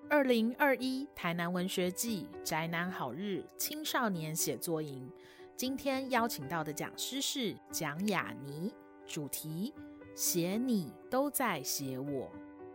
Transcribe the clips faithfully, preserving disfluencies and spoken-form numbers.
二零二一台南文学季宅男好日青少年写作营，今天邀请到的讲师是蒋雅妮，主题写你都在写我。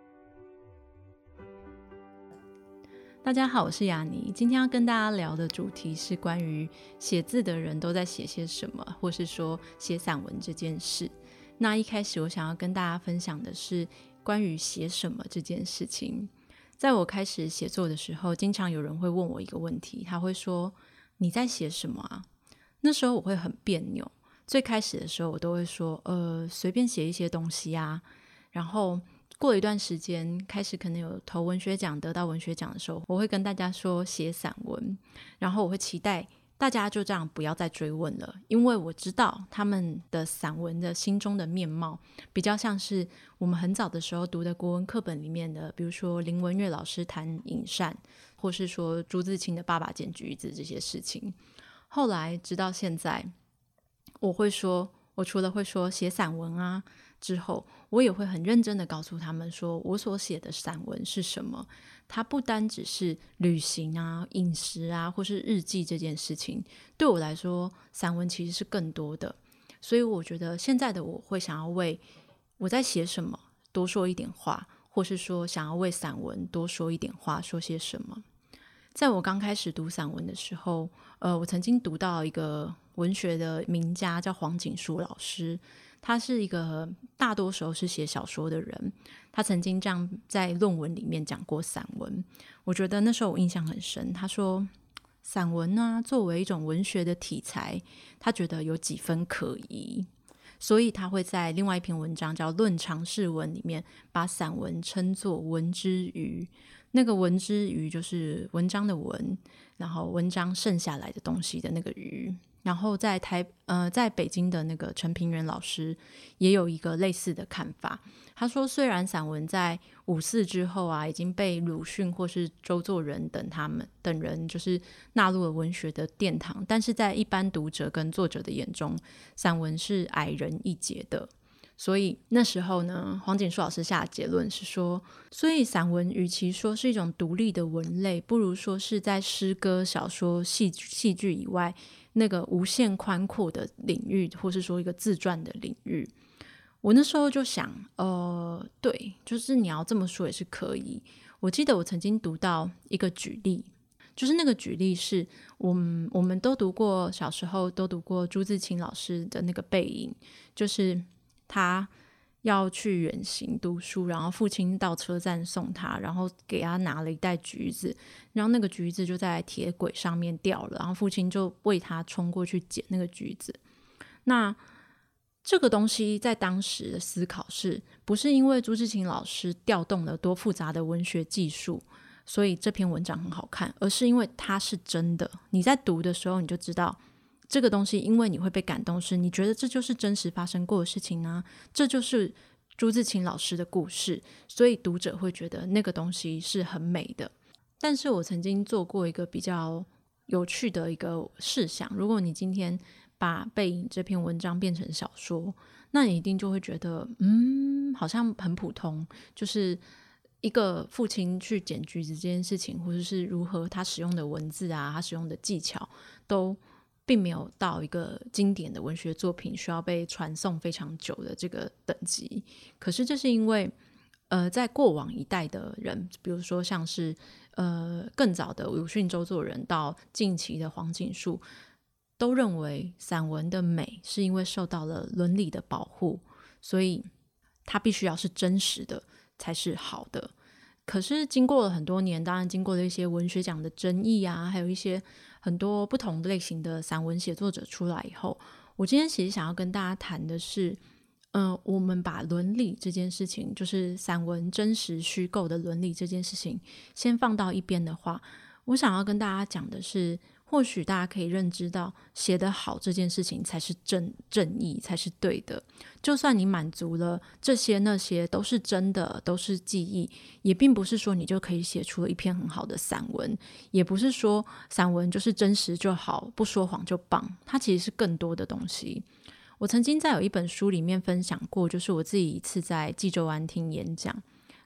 大家好，我是雅妮，今天要跟大家聊的主题是关于写字的人都在写些什么，或是说写散文这件事。那一开始我想要跟大家分享的是关于写什么这件事情。在我开始写作的时候，经常有人会问我一个问题，他会说你在写什么啊？那时候我会很别扭，最开始的时候我都会说呃，随便写一些东西啊。然后过了一段时间，开始可能有投文学奖得到文学奖的时候，我会跟大家说写散文，然后我会期待大家就这样不要再追问了，因为我知道他们的散文的心中的面貌比较像是我们很早的时候读的国文课本里面的，比如说林文月老师谈饮膳，或是说朱自清的爸爸捡橘子这些事情。后来直到现在，我会说我除了会说写散文啊之后，我也会很认真的告诉他们说我所写的散文是什么。它不单只是旅行啊、饮食啊或是日记这件事情，对我来说散文其实是更多的。所以我觉得现在的我会想要为我在写什么多说一点话，或是说想要为散文多说一点话，说些什么。在我刚开始读散文的时候，呃，我曾经读到一个文学的名家叫黄锦书老师，他是一个大多时候是写小说的人，他曾经这样在论文里面讲过散文，我觉得那时候我印象很深。他说散文呢，作为一种文学的题材，他觉得有几分可疑，所以他会在另外一篇文章叫《论常识文》里面把散文称作文之余。那个文之余就是文章的文，然后文章剩下来的东西的那个余。然后在台呃，在北京的那个陈平原老师也有一个类似的看法。他说，虽然散文在五四之后啊，已经被鲁迅或是周作人等他们等人就是纳入了文学的殿堂，但是在一般读者跟作者的眼中，散文是矮人一截的。所以那时候呢，黄锦书老师下的结论是说，所以散文与其说是一种独立的文类，不如说是在诗歌、小说、戏戏剧以外那个无限宽阔的领域，或是说一个自传的领域。我那时候就想呃，对，就是你要这么说也是可以。我记得我曾经读到一个举例，就是那个举例是我们我们都读过，小时候都读过朱自清老师的那个背影，就是他要去远行读书，然后父亲到车站送他，然后给他拿了一袋橘子，然后那个橘子就在铁轨上面掉了，然后父亲就为他冲过去捡那个橘子。那这个东西在当时的思考是不是因为朱自清老师调动了多复杂的文学技术，所以这篇文章很好看，而是因为它是真的。你在读的时候你就知道这个东西，因为你会被感动，是你觉得这就是真实发生过的事情啊，这就是朱自清老师的故事，所以读者会觉得那个东西是很美的。但是我曾经做过一个比较有趣的一个试想，如果你今天把背影这篇文章变成小说，那你一定就会觉得嗯，好像很普通，就是一个父亲去捡橘子这件事情，或者是如何他使用的文字啊，他使用的技巧都并没有到一个经典的文学作品需要被传颂非常久的这个等级。可是这是因为呃，在过往一代的人，比如说像是呃更早的鲁迅、周作人到近期的黄锦树，都认为散文的美是因为受到了伦理的保护，所以它必须要是真实的才是好的。可是经过了很多年，当然经过了一些文学奖的争议啊，还有一些很多不同类型的散文写作者出来以后，我今天其实想要跟大家谈的是呃，我们把伦理这件事情，就是散文真实虚构的伦理这件事情先放到一边的话，我想要跟大家讲的是，或许大家可以认知到写得好这件事情才是正正义，才是对的。就算你满足了这些那些都是真的，都是记忆，也并不是说你就可以写出了一篇很好的散文，也不是说散文就是真实就好，不说谎就棒，它其实是更多的东西。我曾经在有一本书里面分享过，就是我自己一次在济州湾听演讲，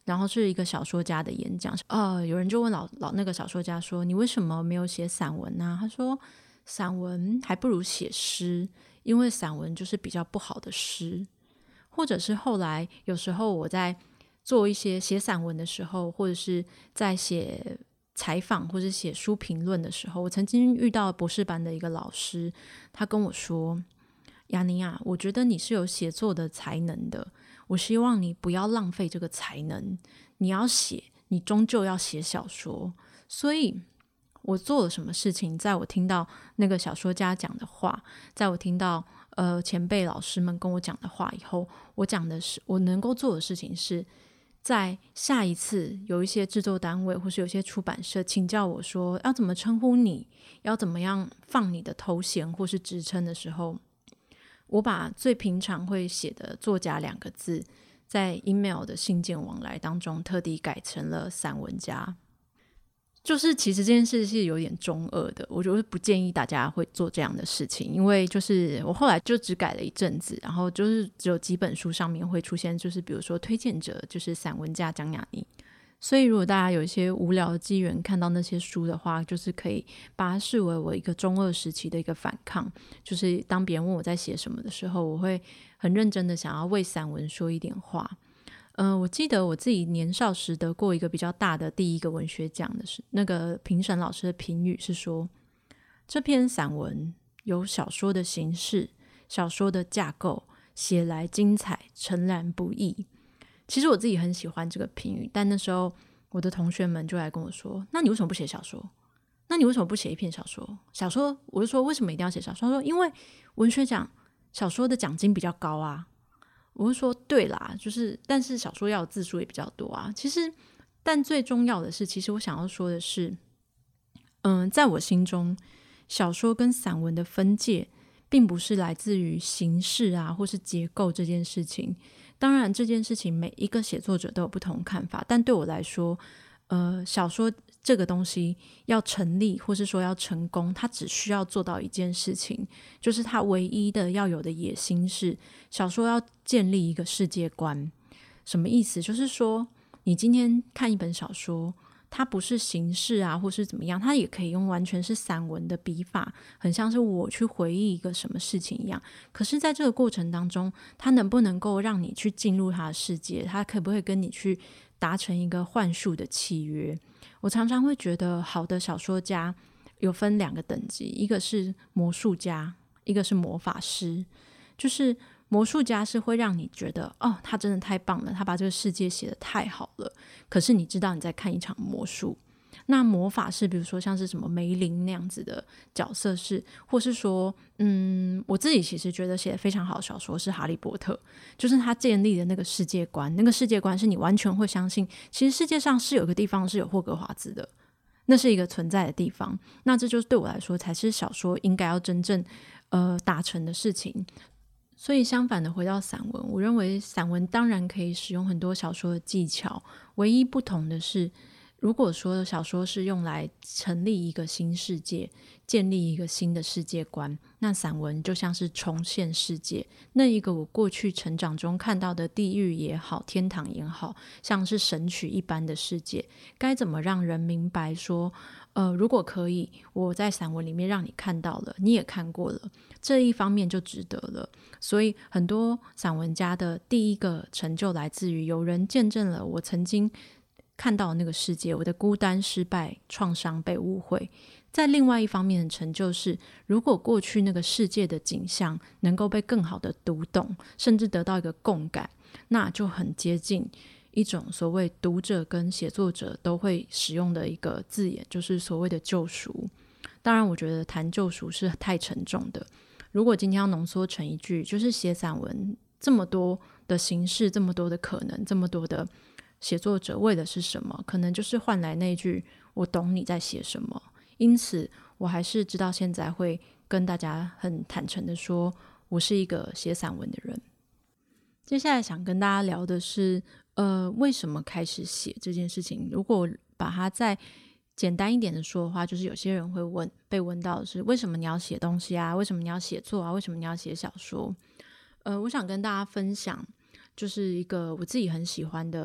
然后是一个小说家的演讲。呃，有人就问老老那个小说家说：“你为什么没有写散文呢？”他说：“散文还不如写诗，因为散文就是比较不好的诗。”或者是后来有时候我在做一些写散文的时候，或者是在写采访或者写书评论的时候，我曾经遇到博士班的一个老师，他跟我说：“雅妮啊，我觉得你是有写作的才能的，我希望你不要浪费这个才能，你要写，你终究要写小说。”所以我做了什么事情，在我听到那个小说家讲的话，在我听到呃前辈老师们跟我讲的话以后，我讲的是我能够做的事情是，在下一次有一些制作单位或是有些出版社请教我说要怎么称呼你，要怎么样放你的头衔或是职称的时候，我把最平常会写的作家两个字在 email 的信件往来当中特地改成了散文家。就是其实这件事是有点中二的，我就是不建议大家会做这样的事情，因为就是我后来就只改了一阵子，然后就是只有几本书上面会出现，就是比如说推荐者就是散文家蒋雅妮。所以如果大家有一些无聊的机缘看到那些书的话，就是可以把它视为我一个中二时期的一个反抗，就是当别人问我在写什么的时候，我会很认真的想要为散文说一点话。呃，我记得我自己年少时得过一个比较大的第一个文学奖的是那个评审老师的评语是说，这篇散文有小说的形式，小说的架构，写来精彩，诚然不易。其实我自己很喜欢这个评语，但那时候我的同学们就来跟我说，那你为什么不写小说？那你为什么不写一篇小说？小说我就说为什么一定要写小说？他说因为文学奖小说的奖金比较高啊。我就说对啦，就是但是小说要有字数也比较多啊。其实但最重要的是，其实我想要说的是嗯，在我心中小说跟散文的分界并不是来自于形式啊或是结构这件事情。当然这件事情每一个写作者都有不同看法，但对我来说呃，小说这个东西要成立或是说要成功，它只需要做到一件事情，就是它唯一的要有的野心是小说要建立一个世界观。什么意思？就是说你今天看一本小说，它不是形式啊或是怎么样，它也可以用完全是散文的笔法，很像是我去回忆一个什么事情一样。可是在这个过程当中，它能不能够让你去进入它的世界，它可不可以跟你去达成一个幻术的契约。我常常会觉得好的小说家有分两个等级，一个是魔术家，一个是魔法师。就是魔术家是会让你觉得哦，他真的太棒了，他把这个世界写得太好了，可是你知道你在看一场魔术。那魔法是比如说像是什么梅林那样子的角色是，或是说嗯，我自己其实觉得写得非常好的小说是哈利波特，就是他建立的那个世界观，那个世界观是你完全会相信其实世界上是有个地方是有霍格华兹的，那是一个存在的地方。那这就是对我来说才是小说应该要真正呃达成的事情。所以相反的回到散文，我认为散文当然可以使用很多小说的技巧，唯一不同的是如果说小说是用来成立一个新世界，建立一个新的世界观，那散文就像是重现世界，那一个我过去成长中看到的地狱也好，天堂也好，像是神曲一般的世界，该怎么让人明白说呃，如果可以我在散文里面让你看到了，你也看过了，这一方面就值得了。所以很多散文家的第一个成就来自于有人见证了我曾经看到那个世界，我的孤单、失败、创伤、被误会。在另外一方面的成就是如果过去那个世界的景象能够被更好的读懂，甚至得到一个共感，那就很接近一种所谓读者跟写作者都会使用的一个字眼，就是所谓的救赎。当然我觉得谈救赎是太沉重的，如果今天要浓缩成一句，就是写散文这么多的形式，这么多的可能，这么多的写作者为的是什么，可能就是换来那句我懂你在写什么。因此我还是直到现在会跟大家很坦诚的说，我是一个写散文的人。接下来想跟大家聊的是呃，为什么开始写这件事情。如果把它再简单一点的说的话，就是有些人会问被问到的是为什么你要写东西啊，为什么你要写作啊，为什么你要写小说。呃，我想跟大家分享就是一个我自己很喜欢的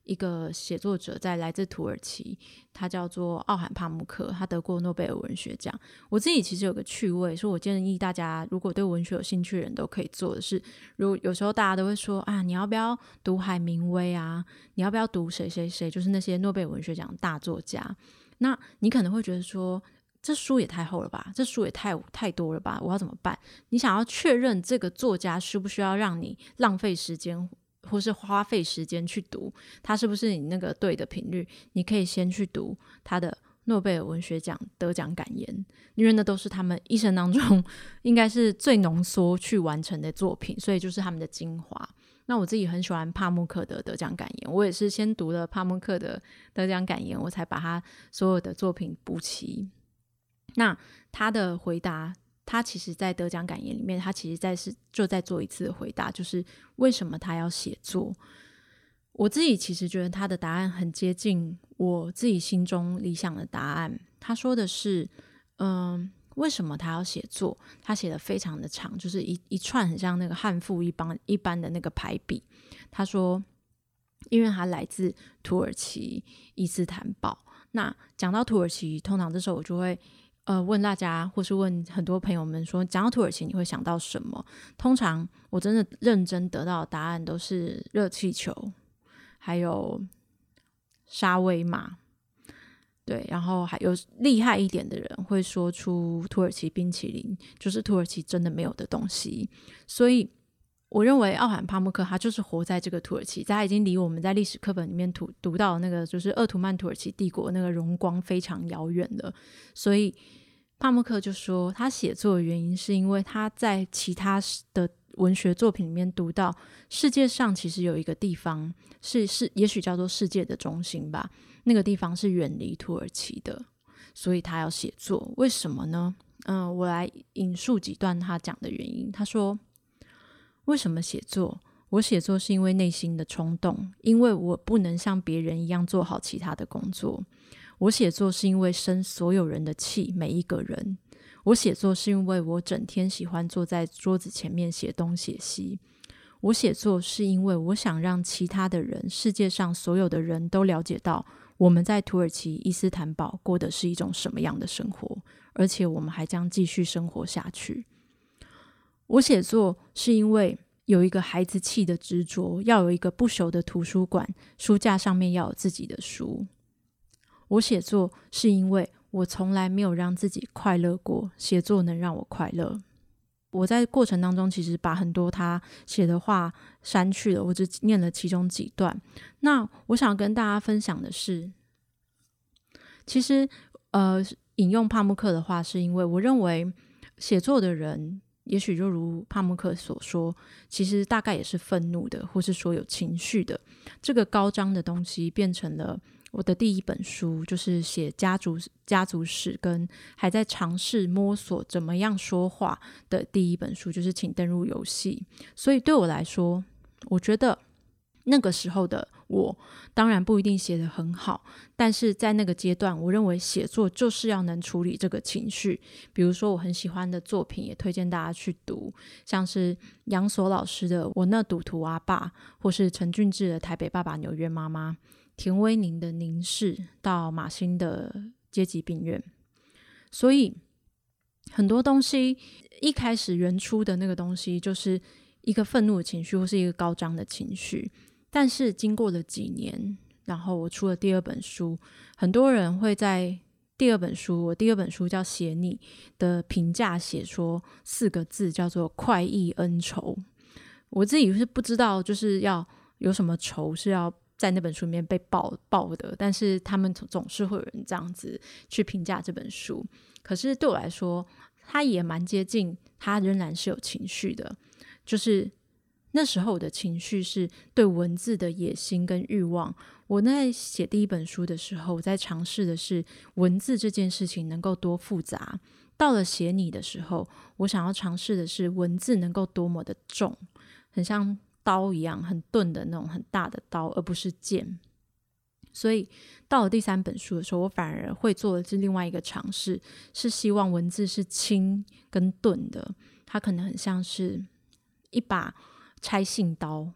一个写作者在来自土耳其，他叫做奥罕帕慕克，他得过诺贝尔文学奖。我自己其实有个趣味，说我建议大家如果对文学有兴趣的人都可以做的是，如果有时候大家都会说啊，你要不要读海明威啊，你要不要读谁谁谁，就是那些诺贝尔文学奖大作家。那你可能会觉得说这书也太厚了吧，这书也太太多了吧，我要怎么办？你想要确认这个作家需不需要让你浪费时间或是花费时间去读，他是不是你那个对的频率，你可以先去读他的诺贝尔文学奖得奖感言，因为那都是他们一生当中应该是最浓缩去完成的作品，所以就是他们的精华。那我自己很喜欢帕慕克的得奖感言，我也是先读了帕慕克的得奖感言，我才把他所有的作品补齐。那他的回答，他其实在得奖感言里面，他其实在是就在做一次的回答，就是为什么他要写作。我自己其实觉得他的答案很接近我自己心中理想的答案。他说的是嗯，为什么他要写作，他写的非常的长，就是一一串很像那个汉赋一般一般的那个排比。他说因为他来自土耳其伊斯坦堡。那讲到土耳其，通常这时候我就会呃，问大家或是问很多朋友们说，讲到土耳其你会想到什么？通常我真的认真得到的答案都是热气球，还有沙威玛，对，然后还有厉害一点的人会说出土耳其冰淇淋，就是土耳其真的没有的东西。所以我认为奥罕帕慕克他就是活在这个土耳其，他已经离我们在历史课本里面读读到的那个就是鄂图曼土耳其帝国那个荣光非常遥远了。所以帕慕克就说他写作的原因是因为他在其他的文学作品里面读到世界上其实有一个地方是是也许叫做世界的中心吧，那个地方是远离土耳其的，所以他要写作。为什么呢？嗯，我来引述几段他讲的原因。他说为什么写作？我写作是因为内心的冲动，因为我不能像别人一样做好其他的工作。我写作是因为生所有人的气，每一个人。我写作是因为我整天喜欢坐在桌子前面写东写西。我写作是因为我想让其他的人，世界上所有的人都了解到我们在土耳其伊斯坦堡过的是一种什么样的生活，而且我们还将继续生活下去。我写作是因为有一个孩子气的执着，要有一个不朽的图书馆，书架上面要有自己的书。我写作是因为我从来没有让自己快乐过，写作能让我快乐。我在过程当中其实把很多他写的话删去了，我只念了其中几段。那我想跟大家分享的是，其实呃，引用帕慕克的话是因为我认为写作的人也许就如帕慕克所说，其实大概也是愤怒的，或是说有情绪的。这个高涨的东西变成了我的第一本书，就是写家族家族史跟还在尝试摸索怎么样说话的第一本书，就是请登入游戏。所以对我来说，我觉得那个时候的我当然不一定写得很好，但是在那个阶段我认为写作就是要能处理这个情绪。比如说我很喜欢的作品也推荐大家去读，像是杨索老师的我那赌徒阿爸，或是陈俊志的台北爸爸纽约妈妈，田威宁的凝视，到马欣的阶级病院。所以很多东西一开始原初的那个东西就是一个愤怒的情绪或是一个高涨的情绪，但是经过了几年，然后我出了第二本书，很多人会在第二本书我第二本书叫写你的评价写说四个字叫做快意恩仇。我自己是不知道就是要有什么仇是要在那本书里面被爆爆的，但是他们总是会有人这样子去评价这本书。可是对我来说它也蛮接近，它仍然是有情绪的，就是那时候我的情绪是对文字的野心跟欲望。我在写第一本书的时候，我在尝试的是文字这件事情能够多复杂，到了写你的时候，我想要尝试的是文字能够多么的重，很像刀一样，很钝的那种很大的刀，而不是剑。所以到了第三本书的时候，我反而会做的是另外一个尝试，是希望文字是轻跟钝的，它可能很像是一把拆信刀，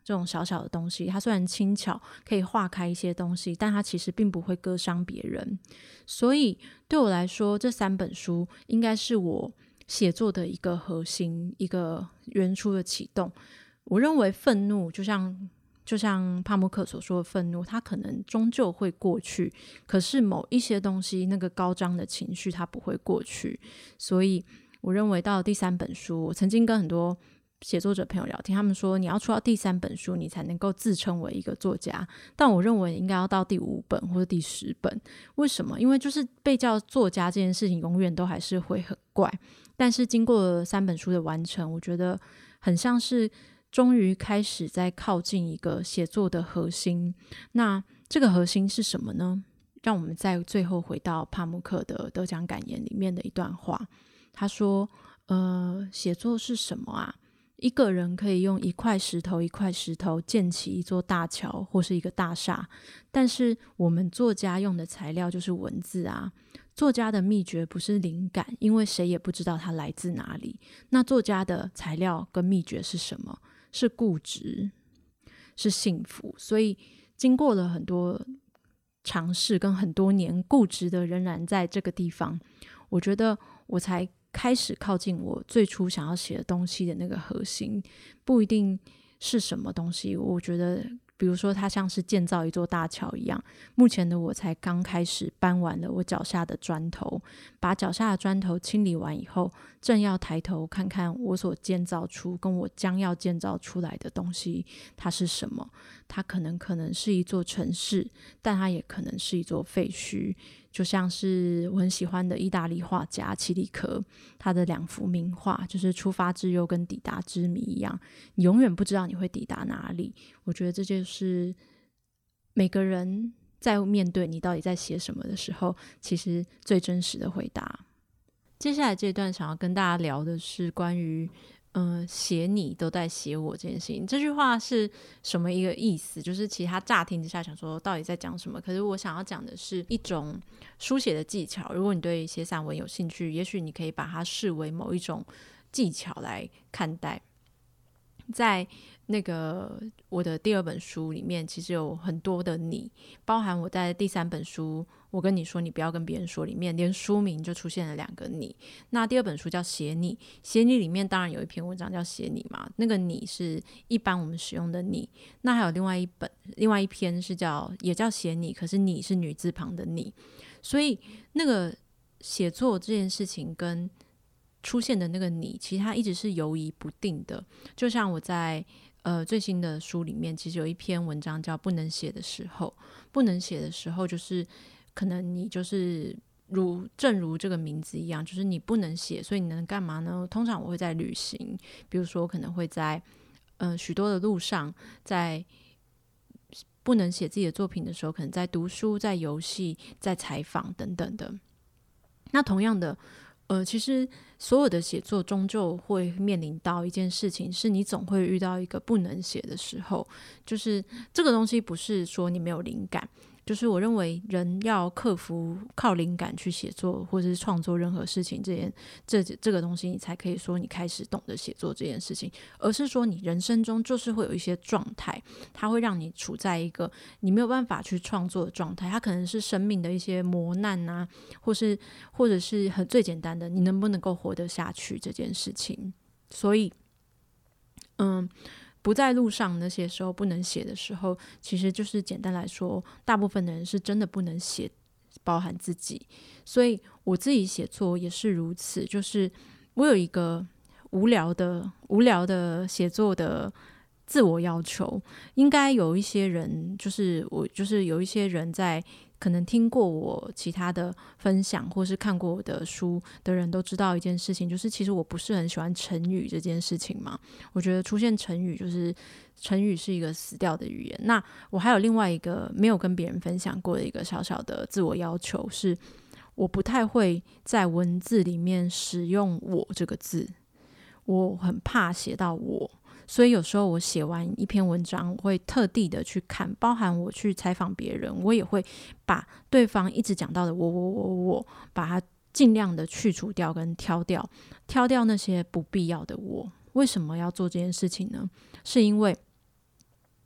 这种小小的东西，它虽然轻巧可以化开一些东西，但它其实并不会割伤别人。所以对我来说，这三本书应该是我写作的一个核心，一个原初的启动。我认为愤怒就像就像帕慕克所说的愤怒，它可能终究会过去，可是某一些东西那个高涨的情绪它不会过去。所以我认为到第三本书，我曾经跟很多写作者朋友聊天，他们说你要出到第三本书你才能够自称为一个作家，但我认为应该要到第五本或者第十本。为什么？因为就是被叫作家这件事情永远都还是会很怪，但是经过了三本书的完成，我觉得很像是终于开始在靠近一个写作的核心。那这个核心是什么呢？让我们在最后回到帕慕克的得奖感言里面的一段话，他说呃，写作是什么啊？一个人可以用一块石头一块石头建起一座大桥或是一个大厦，但是我们作家用的材料就是文字啊。作家的秘诀不是灵感，因为谁也不知道它来自哪里。那作家的材料跟秘诀是什么？是固执，是幸福。所以经过了很多尝试跟很多年，固执的仍然在这个地方，我觉得我才开始靠近我最初想要写的东西的那个核心。不一定是什么东西，我觉得比如说它像是建造一座大桥一样，目前的我才刚开始搬完了我脚下的砖头，把脚下的砖头清理完以后，正要抬头看看我所建造出跟我将要建造出来的东西它是什么。它可能可能是一座城市，但它也可能是一座废墟，就像是我很喜欢的意大利画家齐里科他的两幅名画，就是出发之忧跟抵达之谜一样，你永远不知道你会抵达哪里。我觉得这就是每个人在面对你到底在写什么的时候，其实最真实的回答。接下来这段想要跟大家聊的是关于嗯，写你都在写我这件事情。这句话是什么一个意思？就是其实他乍听之下想说到底在讲什么，可是我想要讲的是一种书写的技巧。如果你对写散文有兴趣，也许你可以把它视为某一种技巧来看待。在那个我的第二本书里面，其实有很多的你，包含我在第三本书我跟你说你不要跟别人说里面，连书名就出现了两个你。那第二本书叫写你，写你里面当然有一篇文章叫写你嘛，那个你是一般我们使用的你。那还有另外一本另外一篇是叫也叫写你，可是你是女字旁的你。所以那个写作这件事情跟出现的那个你，其实它一直是游移不定的。就像我在呃最新的书里面，其实有一篇文章叫不能写的时候。不能写的时候，就是可能你就是如正如这个名字一样，就是你不能写，所以你能干嘛呢？通常我会在旅行，比如说可能会在呃许多的路上，在不能写自己的作品的时候，可能在读书、在游戏、在采访等等的。那同样的呃，其实所有的写作终究会面临到一件事情，是你总会遇到一个不能写的时候。就是这个东西不是说你没有灵感，就是我认为人要克服靠灵感去写作或者是创作任何事情这件这这个东西，你才可以说你开始懂得写作这件事情。而是说你人生中就是会有一些状态，它会让你处在一个你没有办法去创作的状态。它可能是生命的一些磨难啊，或是或者是很最简单的你能不能够活得下去这件事情。所以嗯不在路上那些时候不能写的时候，其实就是简单来说，大部分的人是真的不能写，包含自己。所以我自己写作也是如此，就是我有一个无聊的无聊的写作的自我要求。应该有一些人，就是我就是有一些人在可能听过我其他的分享或是看过我的书的人都知道一件事情，就是其实我不是很喜欢成语这件事情嘛。我觉得出现成语就是成语是一个死掉的语言。那我还有另外一个没有跟别人分享过的一个小小的自我要求，是我不太会在文字里面使用我这个字，我很怕写到我。所以有时候我写完一篇文章，我会特地的去看，包含我去采访别人，我也会把对方一直讲到的我我我我把它尽量的去除掉跟挑掉挑掉那些不必要的我。为什么要做这件事情呢？是因为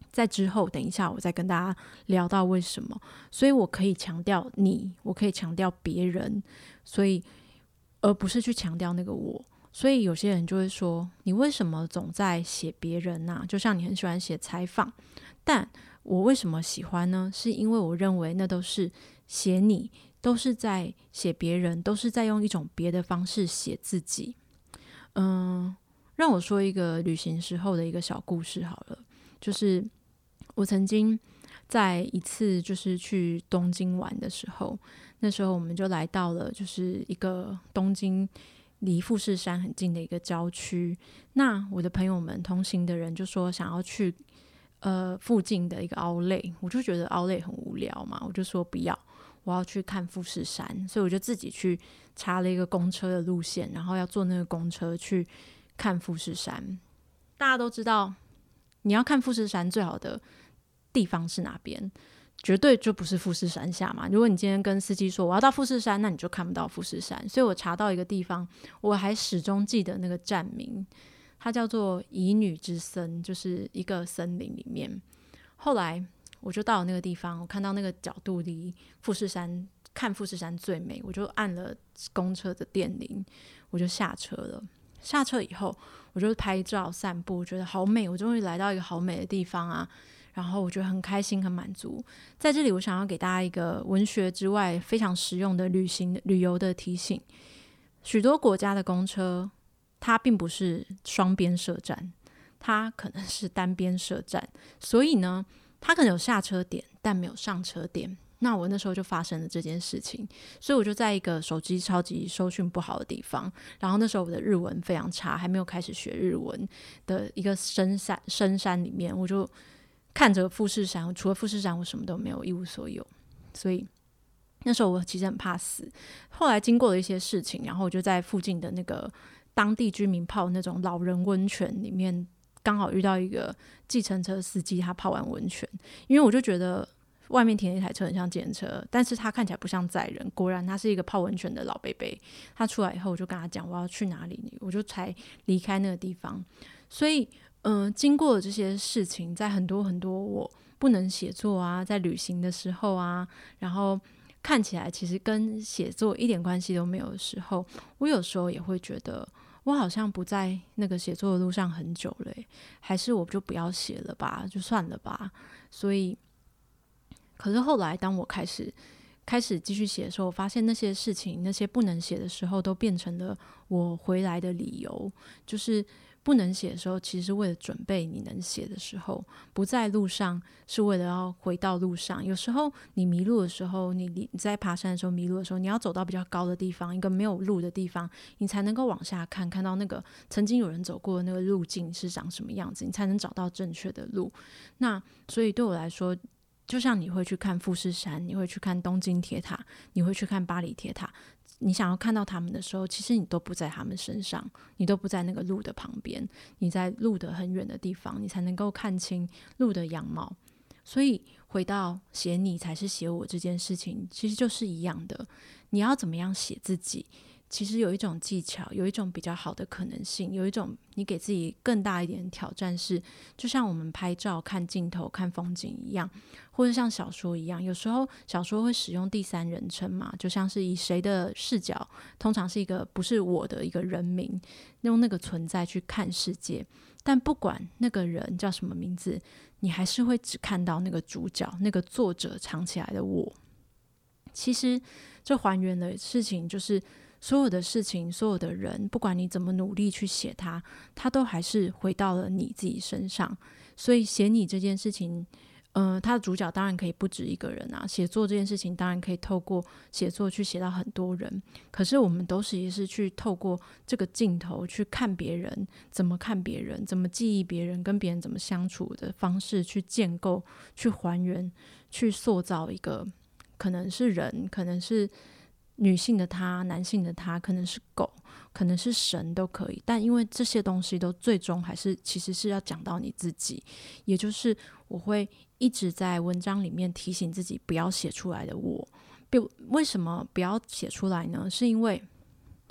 在之后等一下我再跟大家聊到为什么。所以我可以强调你，我可以强调别人，所以而不是去强调那个我。所以有些人就会说，你为什么总在写别人啊？就像你很喜欢写采访，但我为什么喜欢呢？是因为我认为那都是写你，都是在写别人，都是在用一种别的方式写自己。嗯，让我说一个旅行时候的一个小故事好了。就是我曾经在一次就是去东京玩的时候，那时候我们就来到了就是一个东京离富士山很近的一个郊区。那我的朋友们同行的人就说想要去呃附近的一个 outlet， 我就觉得 outlet 很无聊嘛，我就说不要，我要去看富士山。所以我就自己去查了一个公车的路线，然后要坐那个公车去看富士山。大家都知道你要看富士山最好的地方是哪边，绝对就不是富士山下嘛。如果你今天跟司机说我要到富士山，那你就看不到富士山。所以我查到一个地方，我还始终记得那个站名，它叫做乙女之森，就是一个森林里面。后来我就到了那个地方，我看到那个角度离富士山，看富士山最美，我就按了公车的电铃，我就下车了。下车以后我就拍照散步，觉得好美，我终于来到一个好美的地方啊，然后我觉得很开心很满足。在这里我想要给大家一个文学之外非常实用的旅行旅游的提醒。许多国家的公车它并不是双边设站，它可能是单边设站，所以呢它可能有下车点但没有上车点。那我那时候就发生了这件事情，所以我就在一个手机超级收讯不好的地方，然后那时候我的日文非常差，还没有开始学日文的一个深山深山里面，我就看着富士山，除了富士山我什么都没有，一无所有。所以那时候我其实很怕死。后来经过了一些事情，然后我就在附近的那个当地居民泡那种老人温泉里面，刚好遇到一个计程车司机，他泡完温泉。因为我就觉得外面停了一台车很像计程车，但是他看起来不像载人，果然他是一个泡温泉的老伯伯。他出来以后我就跟他讲我要去哪里，我就才离开那个地方。所以嗯、呃，经过这些事情，在很多很多我不能写作啊，在旅行的时候啊，然后看起来其实跟写作一点关系都没有的时候，我有时候也会觉得我好像不在那个写作的路上很久了，还是我就不要写了吧，就算了吧。所以可是后来当我开始开始继续写的时候，我发现那些事情，那些不能写的时候都变成了我回来的理由。就是不能写的时候其实是为了准备你能写的时候，不在路上是为了要回到路上。有时候你迷路的时候， 你, 你在爬山的时候迷路的时候，你要走到比较高的地方，一个没有路的地方，你才能够往下看，看到那个曾经有人走过的那个路径是长什么样子，你才能找到正确的路。那所以对我来说，就像你会去看富士山，你会去看东京铁塔，你会去看巴黎铁塔，你想要看到他们的时候，其实你都不在他们身上，你都不在那个路的旁边，你在路的很远的地方，你才能够看清路的样貌。所以回到写你才是写我这件事情，其实就是一样的。你要怎么样写自己，其实有一种技巧，有一种比较好的可能性，有一种你给自己更大一点的挑战，是就像我们拍照看镜头看风景一样，或者像小说一样，有时候小说会使用第三人称嘛，就像是以谁的视角，通常是一个不是我的一个人名，用那个存在去看世界。但不管那个人叫什么名字，你还是会只看到那个主角，那个作者藏起来的我。其实这还原的事情就是所有的事情，所有的人，不管你怎么努力去写它，它都还是回到了你自己身上。所以写你这件事情，呃，它的主角当然可以不止一个人啊。写作这件事情当然可以透过写作去写到很多人，可是我们都是也是去透过这个镜头去看别人，怎么看别人，怎么记忆别人，跟别人怎么相处的方式去建构，去还原，去塑造一个可能是人，可能是女性的他，男性的他，可能是狗，可能是神都可以。但因为这些东西都最终还是其实是要讲到你自己，也就是我会一直在文章里面提醒自己不要写出来的我。为什么不要写出来呢？是因为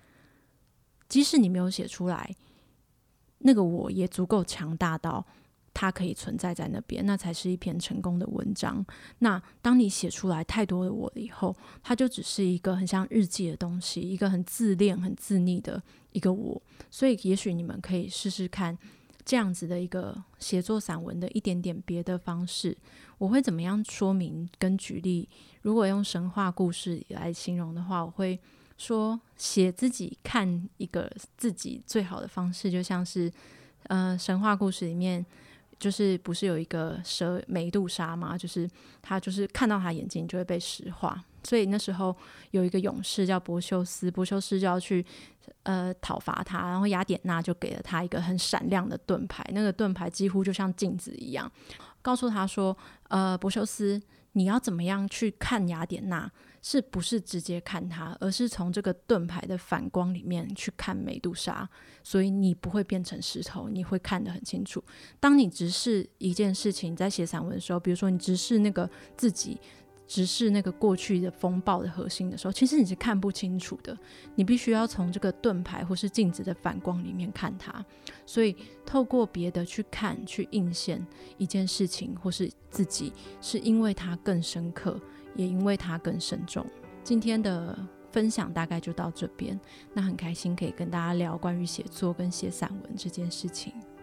即使你没有写出来，那个我也足够强大到它可以存在在那边，那才是一篇成功的文章。那当你写出来太多的我以后，它就只是一个很像日记的东西，一个很自恋很自溺的一个我。所以也许你们可以试试看这样子的一个写作散文的一点点别的方式。我会怎么样说明跟举例？如果用神话故事来形容的话，我会说写自己看一个自己最好的方式，就像是呃神话故事里面就是不是有一个蛇美杜莎嘛，就是他就是看到他眼睛就会被石化，所以那时候有一个勇士叫柏修斯，柏修斯就要去呃讨伐他，然后雅典娜就给了他一个很闪亮的盾牌，那个盾牌几乎就像镜子一样，告诉他说呃柏修斯，你要怎么样去看雅典娜，是不是直接看她，而是从这个盾牌的反光里面去看美杜莎，所以你不会变成石头，你会看得很清楚。当你直视一件事情，在写散文的时候，比如说你直视那个自己，直视那个过去的风暴的核心的时候，其实你是看不清楚的，你必须要从这个盾牌或是镜子的反光里面看它。所以透过别的去看，去映现一件事情或是自己，是因为它更深刻，也因为它更慎重。今天的分享大概就到这边，那很开心可以跟大家聊关于写作跟写散文这件事情。